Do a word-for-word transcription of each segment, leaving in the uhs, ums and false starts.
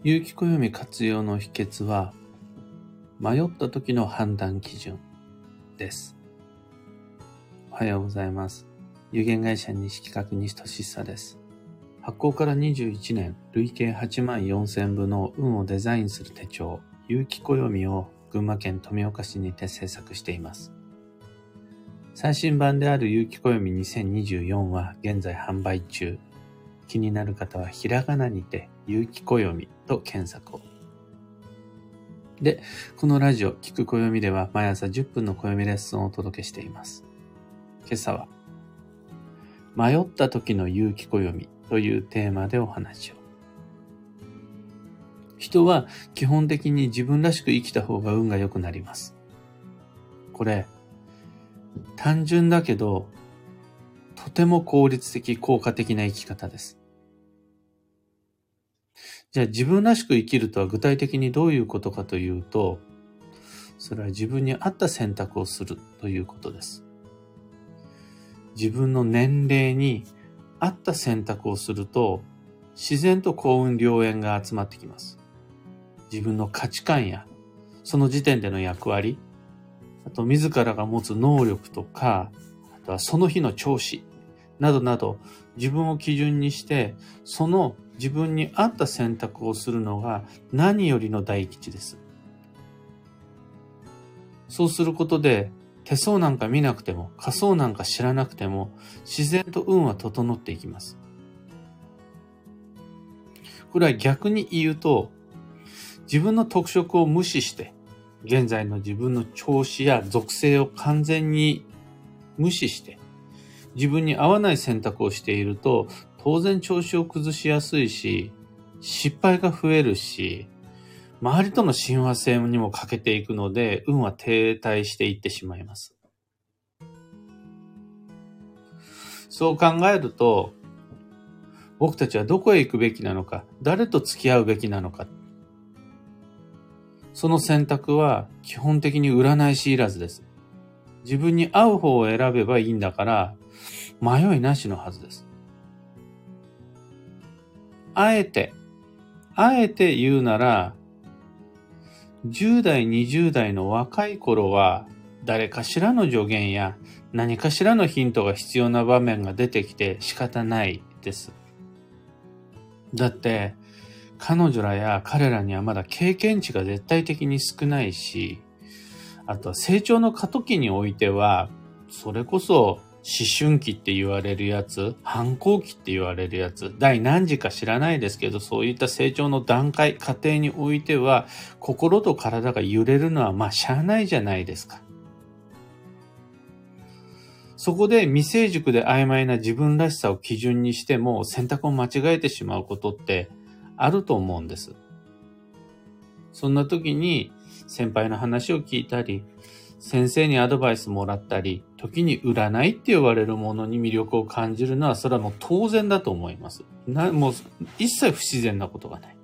有機暦活用の秘訣は、迷った時の判断基準です。おはようございます。有限会社西企画西俊久です。発行からにじゅういちねん、累計はちまんよんせんぶの運をデザインする手帳、有機暦を群馬県富岡市にて制作しています。最新版である有機暦にせんにじゅうよんは現在販売中。気になる方はひらがなにて有機暦と検索を。で、このラジオ聞く暦では毎朝じゅっぷんの暦レッスンをお届けしています。今朝は迷った時の有機暦というテーマでお話を。人は基本的に自分らしく生きた方が運が良くなります。これ単純だけどとても効率的効果的な生き方です。じゃあ自分らしく生きるとは具体的にどういうことかというと、それは自分に合った選択をするということです。自分の年齢に合った選択をすると、自然と幸運良縁が集まってきます。自分の価値観や、その時点での役割、あと自らが持つ能力とか、あとはその日の調子、などなど自分を基準にして、その自分に合った選択をするのが何よりの大吉です。そうすることで、手相なんか見なくても、家相なんか知らなくても、自然と運は整っていきます。これは逆に言うと、自分の特色を無視して、現在の自分の調子や属性を完全に無視して、自分に合わない選択をしていると、当然調子を崩しやすいし、失敗が増えるし、周りとの親和性にも欠けていくので、運は停滞していってしまいます。そう考えると、僕たちはどこへ行くべきなのか、誰と付き合うべきなのか、その選択は基本的に占い師いらずです。自分に合う方を選べばいいんだから、迷いなしのはずです。あえて、あえて言うなら、じゅう代、にじゅう代の若い頃は、誰かしらの助言や何かしらのヒントが必要な場面が出てきて仕方ないです。だって、彼女らや彼らにはまだ経験値が絶対的に少ないし、あとは成長の過渡期においては、それこそ思春期って言われるやつ、反抗期って言われるやつ、第何次か知らないですけど、そういった成長の段階、過程においては、心と体が揺れるのはまあしゃあないじゃないですか。そこで未成熟で曖昧な自分らしさを基準にしても選択を間違えてしまうことってあると思うんです。そんな時に先輩の話を聞いたり、先生にアドバイスもらったり、時に占いって言われるものに魅力を感じるのは、それはもう当然だと思います。な、もう一切不自然なことがない。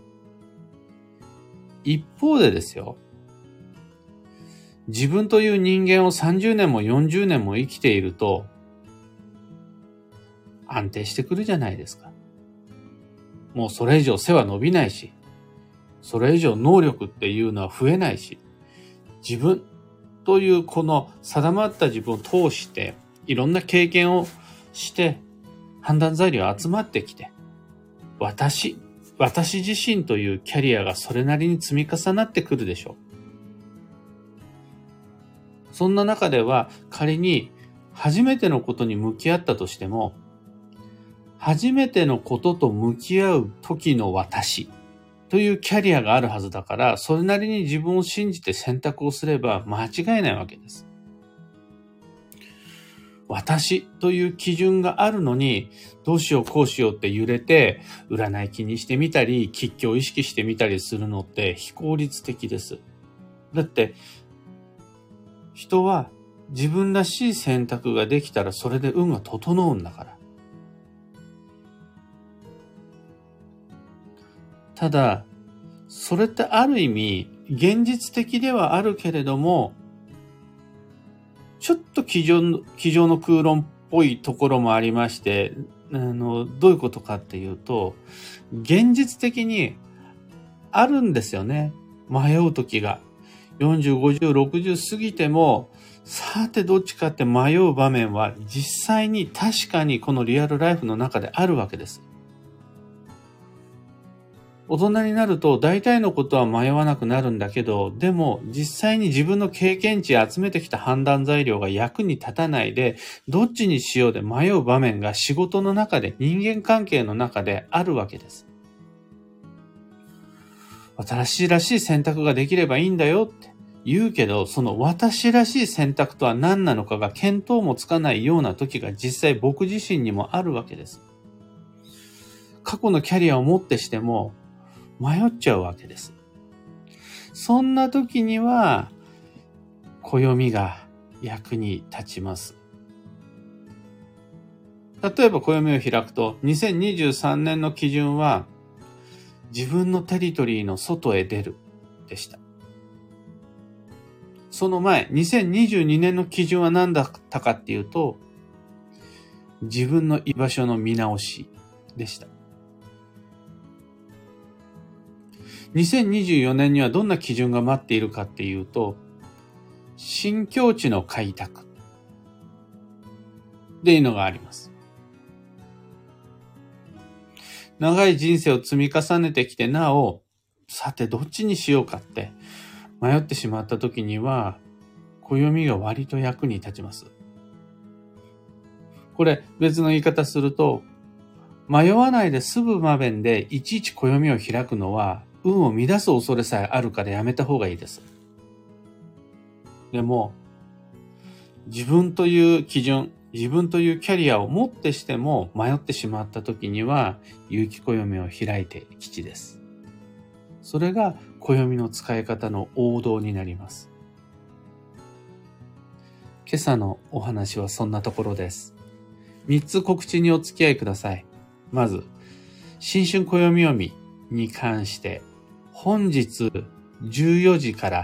一方でですよ、自分という人間をさんじゅうねんもよんじゅうねんも生きていると、安定してくるじゃないですか。もうそれ以上背は伸びないし、それ以上能力っていうのは増えないし、自分というこの定まった自分を通していろんな経験をして判断材料が集まってきて、私、私自身というキャリアがそれなりに積み重なってくるでしょう。そんな中では仮に初めてのことに向き合ったとしても、初めてのことと向き合う時の私というキャリアがあるはずだから、それなりに自分を信じて選択をすれば間違いないわけです。私という基準があるのに、どうしようこうしようって揺れて、占い気にしてみたり、吉凶を意識してみたりするのって非効率的です。だって、人は自分らしい選択ができたらそれで運が整うんだから。ただ、それってある意味、現実的ではあるけれども、ちょっと机上の、机上の空論っぽいところもありまして、あの、どういうことかっていうと、現実的にあるんですよね。迷う時が。よんじゅう、ごじゅう、ろくじゅう過ぎても、さてどっちかって迷う場面は実際に確かにこのリアルライフの中であるわけです。大人になると大体のことは迷わなくなるんだけど、でも実際に自分の経験値集めてきた判断材料が役に立たないで、どっちにしようで迷う場面が仕事の中で、人間関係の中であるわけです。私らしい選択ができればいいんだよって言うけど、その私らしい選択とは何なのかが見当もつかないような時が実際僕自身にもあるわけです。過去のキャリアをもってしても迷っちゃうわけです。そんな時には暦が役に立ちます。例えば暦を開くとにせんにじゅうさんねんの基準は自分のテリトリーの外へ出るでした。その前、にせんにじゅうにねんの基準は何だったかっていうと、自分の居場所の見直しでした。にせんにじゅうよねんにはどんな基準が待っているかっていうと、新境地の開拓っていうのがあります。長い人生を積み重ねてきてなお、さてどっちにしようかって迷ってしまった時には、暦が割と役に立ちます。これ別の言い方すると、迷わないで済む場面でいちいち暦を開くのは運を乱す恐れさえあるからやめた方がいいです。でも、自分という基準、自分というキャリアをもってしても迷ってしまった時には、有機暦を開いて吉です。それが暦の使い方の王道になります。今朝のお話はそんなところです。みっつ告知にお付き合いください。まず、新春暦読みに関して、本日じゅうよじから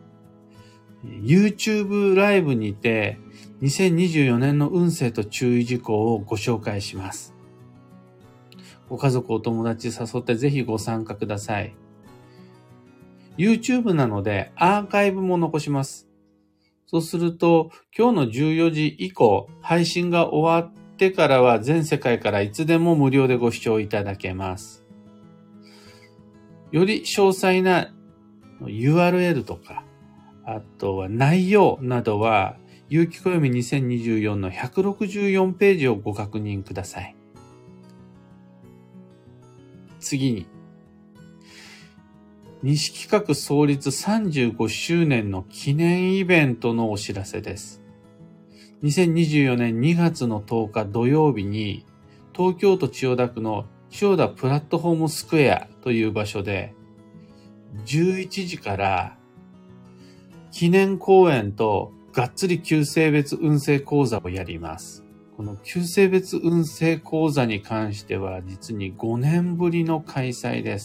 YouTube ライブにてにせんにじゅうよねんの運勢と注意事項をご紹介します。ご家族お友達誘ってぜひご参加ください。YouTube なのでアーカイブも残します。そうすると今日のじゅうよじ以降配信が終わってからは全世界からいつでも無料でご視聴いただけます。より詳細な ユーアールエル とか、あとは内容などは、有機暦にせんにじゅうよんのひゃくろくじゅうよんページをご確認ください。次に、西企画創立さんじゅうごしゅうねんの記念イベントのお知らせです。にせんにじゅうよねんにがつのとおか土曜日に、東京都千代田区の千代田プラットフォームスクエアという場所で、じゅういちじから記念講演とがっつり旧星別運勢講座をやります。この旧星別運勢講座に関しては実にごねんぶりの開催です。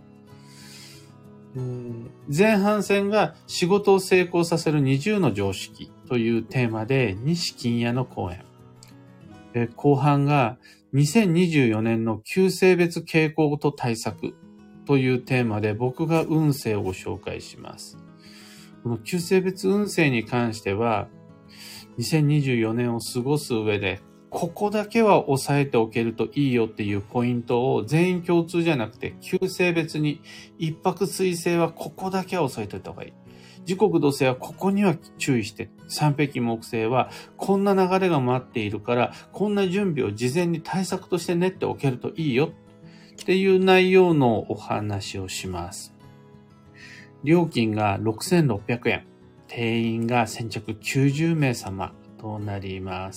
前半戦が仕事を成功させるにじゅうの常識というテーマで西金谷の講演。後半がにせんにじゅうよねんの旧星別傾向と対策というテーマで僕が運勢をご紹介します。この旧星別運勢に関してはにせんにじゅうよねんを過ごす上でここだけは押さえておけるといいよっていうポイントを全員共通じゃなくて旧星別に一泊水星はここだけは押さえておいた方がいい。時刻土星はここには注意して、三匹木星はこんな流れが待っているからこんな準備を事前に対策として練っておけるといいよっていう内容のお話をします。料金がろくせんろっぴゃくえん、定員が先着きゅうじゅうめいさまとなります。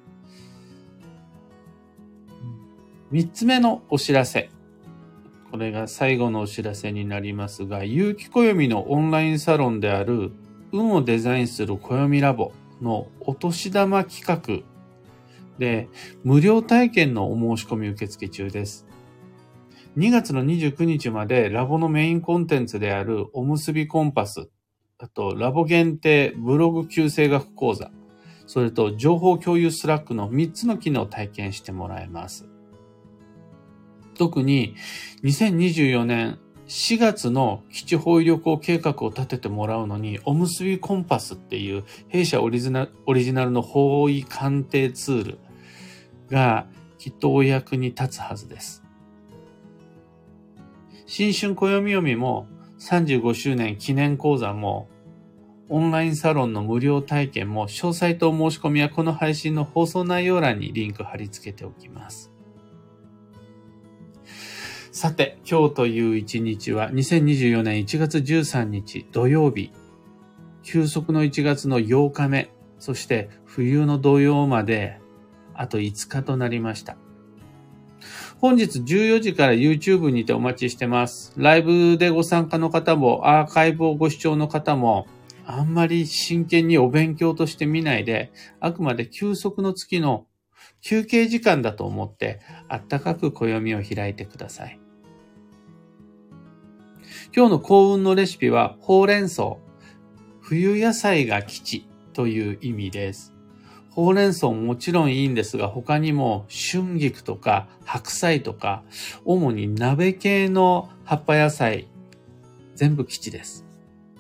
三つ目のお知らせ。これが最後のお知らせになりますが、有機暦のオンラインサロンである運をデザインする暦ラボのお年玉企画で無料体験のお申し込み受付中です。にがつのにじゅうくにちまでラボのメインコンテンツであるおむすびコンパス、あとラボ限定ブログ旧星学講座、それと情報共有スラックのみっつの機能を体験してもらえます。特ににせんにじゅうよねんしがつの基地方位旅行計画を立ててもらうのに、おむすびコンパスっていう弊社オリジナル、オリジナルの方位鑑定ツールがきっとお役に立つはずです。新春暦読みもさんじゅうごしゅうねん記念講座もオンラインサロンの無料体験も詳細とお申し込みはこの配信の放送内容欄にリンク貼り付けておきます。さて、今日という一日はにせんにじゅうよねんいちがつじゅうさんにち土曜日、休息のいちがつのようかめ、そして冬の土曜まであといつかとなりました。本日じゅうよじから YouTube にてお待ちしてます。ライブでご参加の方もアーカイブをご視聴の方もあんまり真剣にお勉強として見ないで、あくまで休息の月の休憩時間だと思ってあったかく暦を開いてください。今日の幸運のレシピはほうれん草、冬野菜が吉という意味です。ほうれん草ももちろんいいんですが、他にも春菊とか白菜とか、主に鍋系の葉っぱ野菜、全部吉です。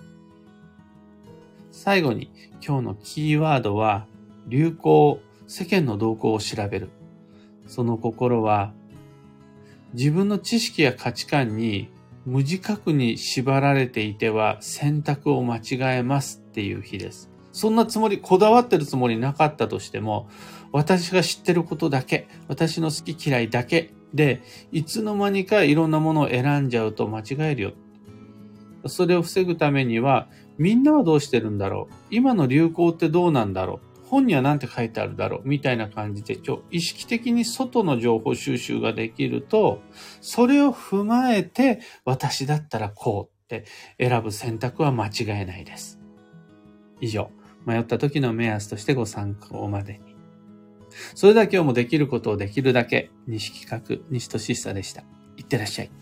最後に今日のキーワードは流行、世間の動向を調べる。その心は自分の知識や価値観に無自覚に縛られていては選択を間違えますっていう日です。そんなつもり、こだわってるつもりなかったとしても、私が知ってることだけ、私の好き嫌いだけで、いつの間にかいろんなものを選んじゃうと間違えるよ。それを防ぐためには、みんなはどうしてるんだろう、今の流行ってどうなんだろう、本には何て書いてあるだろうみたいな感じでちょ意識的に外の情報収集ができると、それを踏まえて私だったらこうって選ぶ選択は間違いないです。以上、迷った時の目安としてご参考までに。それでは今日もできることをできるだけ、西企画西俊久でした。いってらっしゃい。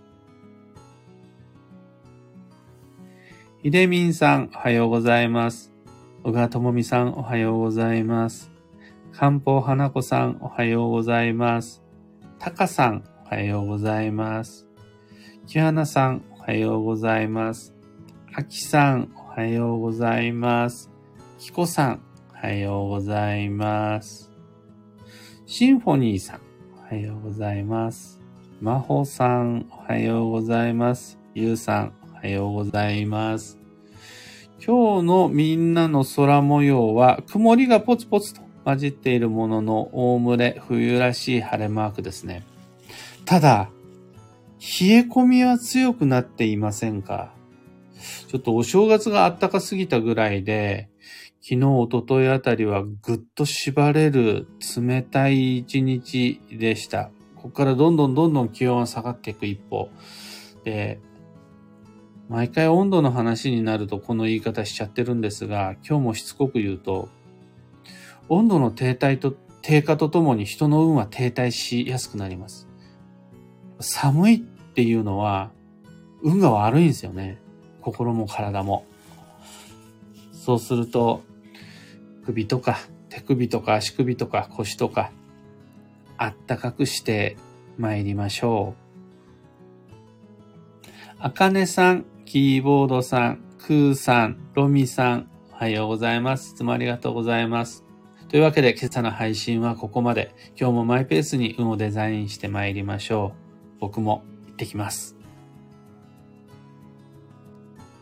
ひでみんさん、おはようございます。小川智美さん、おはようございます。漢方花子さん、おはようございます。たかさん、おはようございます。きはなさん、おはようございます。あきさん、おはようございます。きこさん、おはようございます。シンフォニーさん、おはようございます。まほさん、おはようございます。ゆうさん、おはようございます。今日のみんなの空模様は曇りがポツポツと混じっているものの、おおむね冬らしい晴れマークですね。ただ、冷え込みは強くなっていませんか？ちょっとお正月が暖かすぎたぐらいで、昨日、一昨日あたりはぐっと縛れる冷たい一日でした。ここからどんどんどんどん気温は下がっていく一方。で、毎回温度の話になるとこの言い方しちゃってるんですが、今日もしつこく言うと、温度の停滞と、低下とともに人の運は停滞しやすくなります。寒いっていうのは、運が悪いんですよね。心も体も。そうすると、首とか手首とか足首とか腰とか、あったかくして参りましょう。あかねさん、キーボードさん、クーさん、ロミさん、おはようございます。いつもありがとうございます。というわけで今朝の配信はここまで。今日もマイペースに運をデザインして参りましょう。僕も行ってきます。